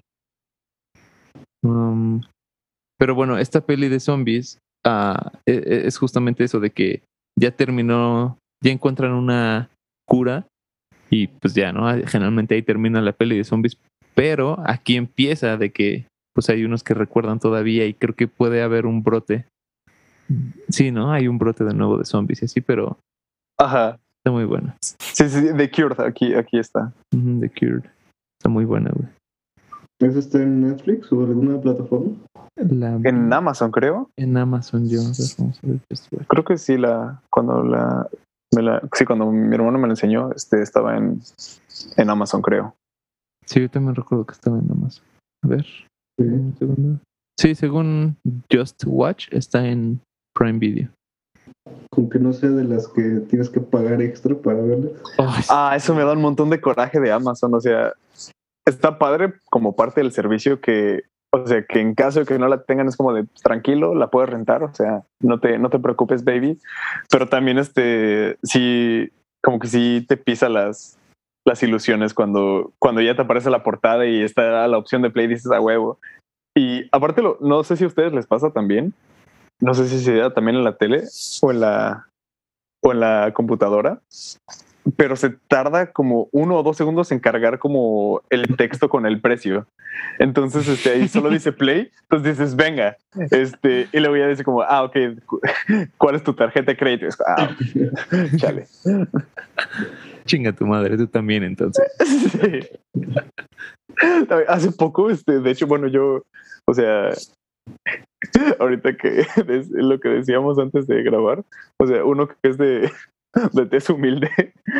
Pero bueno, esta peli de zombies es justamente eso de que ya terminó, ya encuentran una cura y pues ya, ¿no? Generalmente ahí termina la peli de zombies, pero aquí empieza de que pues hay unos que recuerdan todavía y creo que puede haber un brote. Sí, ¿no? Hay un brote de nuevo de zombies y así, pero ajá. Está muy buena. Sí, The Cured, aquí está. The Cured. Está muy buena, güey. ¿Eso está en Netflix o alguna plataforma? En Amazon, creo. En Amazon, vamos a ver. Creo que sí, cuando mi hermano me la enseñó, estaba en Amazon, creo. Sí, yo también recuerdo que estaba en Amazon. A ver. Sí. Un segundo. Sí, según Just Watch, está en Prime Video. Con que no sea de las que tienes que pagar extra para verlas. Eso me da un montón de coraje de Amazon. O sea, está padre como parte del servicio que en caso de que no la tengan es como de tranquilo, la puedes rentar. O sea, no te preocupes, baby. Pero también sí, como que sí te pisa las ilusiones cuando ya te aparece la portada y está la opción de play, dices a huevo. Y aparte, no sé si a ustedes les pasa también. No sé si se da también en la tele o en la computadora, pero se tarda como 1 o 2 segundos en cargar como el texto con el precio. Entonces, ahí solo dice play, entonces dices, venga, y luego ya dice como, ok, ¿cuál es tu tarjeta de crédito? Chale. Chinga tu madre, tú también, entonces. Sí. Hace poco, de hecho, bueno, yo, o sea, ahorita que es lo que decíamos antes de grabar, o sea, uno que es de tez humilde,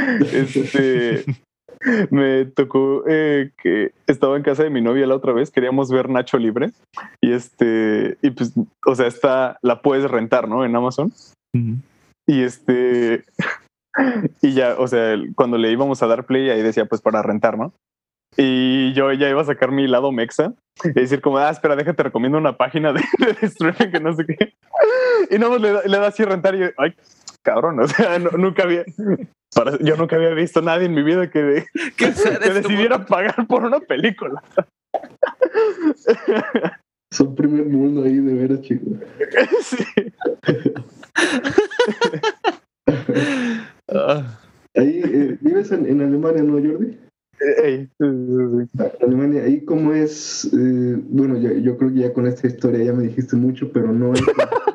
me tocó que estaba en casa de mi novia la otra vez, queríamos ver Nacho Libre y y pues, o sea, la puedes rentar, ¿no? En Amazon. Uh-huh. Y y ya, o sea, cuando le íbamos a dar play ahí decía pues para rentar, ¿no? Y yo ya iba a sacar mi lado mexa y decir como, espera, déjate recomiendo una página de streaming que no sé qué. Y nada más le da así a rentar y yo, ay, cabrón, o sea, yo nunca había visto a nadie en mi vida que decidiera pagar por una película. Son primer mundo ahí, de veras, chicos. Sí. Ahí, ¿vives en Alemania, no, Jordi? Sí. Alemania, ahí como es, bueno, yo creo que ya con esta historia ya me dijiste mucho, pero no hay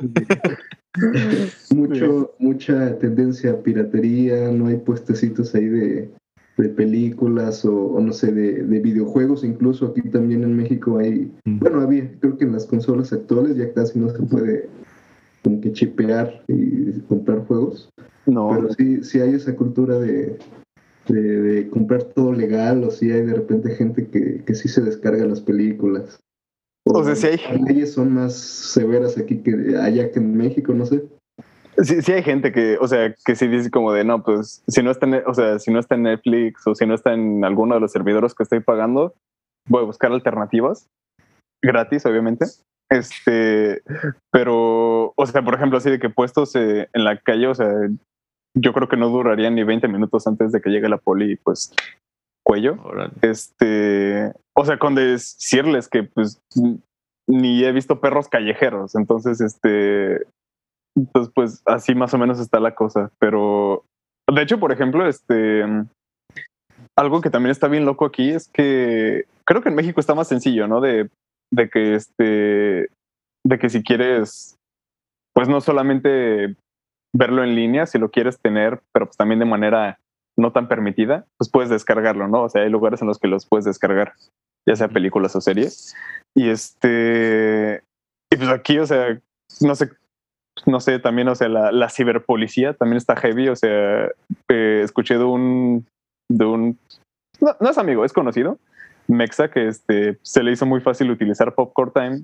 mucha tendencia a piratería, no hay puestecitos ahí de películas o no sé, de videojuegos, incluso aquí también en México hay, bueno, había, creo que en las consolas actuales ya casi no se puede como que chipear y comprar juegos, pero sí hay esa cultura de comprar todo legal, o si hay de repente gente que sí se descarga las películas. O sea, si hay... Las leyes son más severas aquí que allá que en México, no sé. Sí hay gente que, o sea, que sí dice como de, no, pues, si no está en Netflix o si no está en alguno de los servidores que estoy pagando, voy a buscar alternativas gratis, obviamente. Pero, o sea, por ejemplo, así de que puestos en la calle, o sea, yo creo que no duraría ni 20 minutos antes de que llegue la poli y pues cuello. Órale. O sea, con decirles que pues ni he visto perros callejeros. Entonces, pues así más o menos está la cosa. Pero, de hecho, por ejemplo, algo que también está bien loco aquí es que creo que en México está más sencillo, ¿no? De que si quieres, pues no solamente verlo en línea, si lo quieres tener, pero pues también de manera no tan permitida, pues puedes descargarlo, ¿no? O sea, hay lugares en los que los puedes descargar, ya sea películas o series. Y y pues aquí, o sea, no sé, también, o sea, la ciberpolicía también está heavy. O sea, escuché de un no es amigo, es conocido, Mexa, que se le hizo muy fácil utilizar Popcorn Time.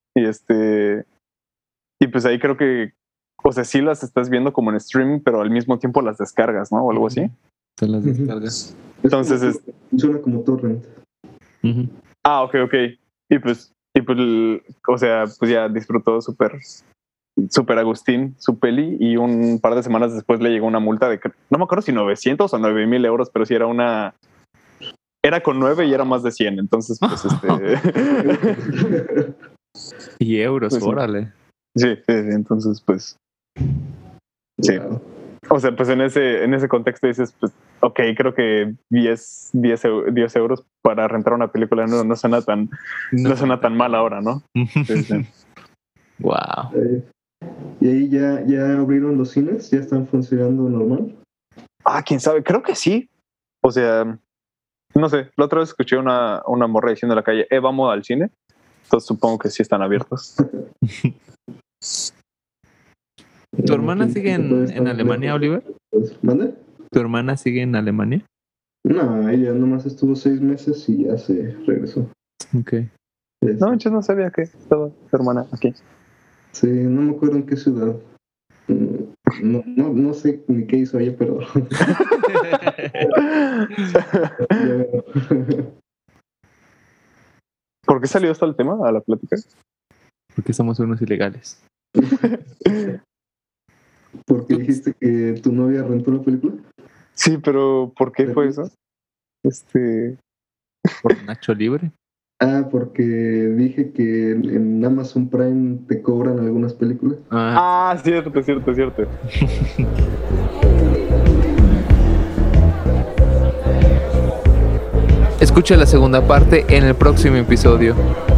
Y pues ahí creo que, o sea, sí las estás viendo como en streaming, pero al mismo tiempo las descargas, ¿no? O algo así. Te las descargas. Entonces funciona como torrent. Ok. Y pues, o sea, pues ya disfrutó súper Agustín su peli, y un par de semanas después le llegó una multa de, no me acuerdo si 900 o 9,000 euros, pero sí era con 9 y era más de 100. Entonces, pues Y euros, pues, órale. Sí, entonces, pues sí. Wow. O sea, pues en ese contexto dices, pues, ok, creo que 10 euros para rentar una película no suena tan mal ahora, ¿no? Sí. Wow. ¿Y ahí ya abrieron los cines? ¿Ya están funcionando normal? Quién sabe, creo que sí. O sea, no sé, la otra vez escuché una morra diciendo en la calle, vamos al cine. Entonces supongo que sí están abiertos. ¿Tu hermana sigue en Alemania, Oliver? ¿Mande? ¿Tu hermana sigue en Alemania? No, ella nomás estuvo 6 meses y ya se regresó. Ok. No, yo no sabía que estaba tu hermana aquí. Sí, no me acuerdo en qué ciudad. No sé ni qué hizo ella, pero... ¿Por qué salió esto al tema, a la plática? Porque somos unos ilegales. ¿Por qué dijiste que tu novia rentó la película? Sí, pero ¿por qué fue eso? Por Nacho Libre. Porque dije que en Amazon Prime te cobran algunas películas. Cierto. Escucha la segunda parte en el próximo episodio.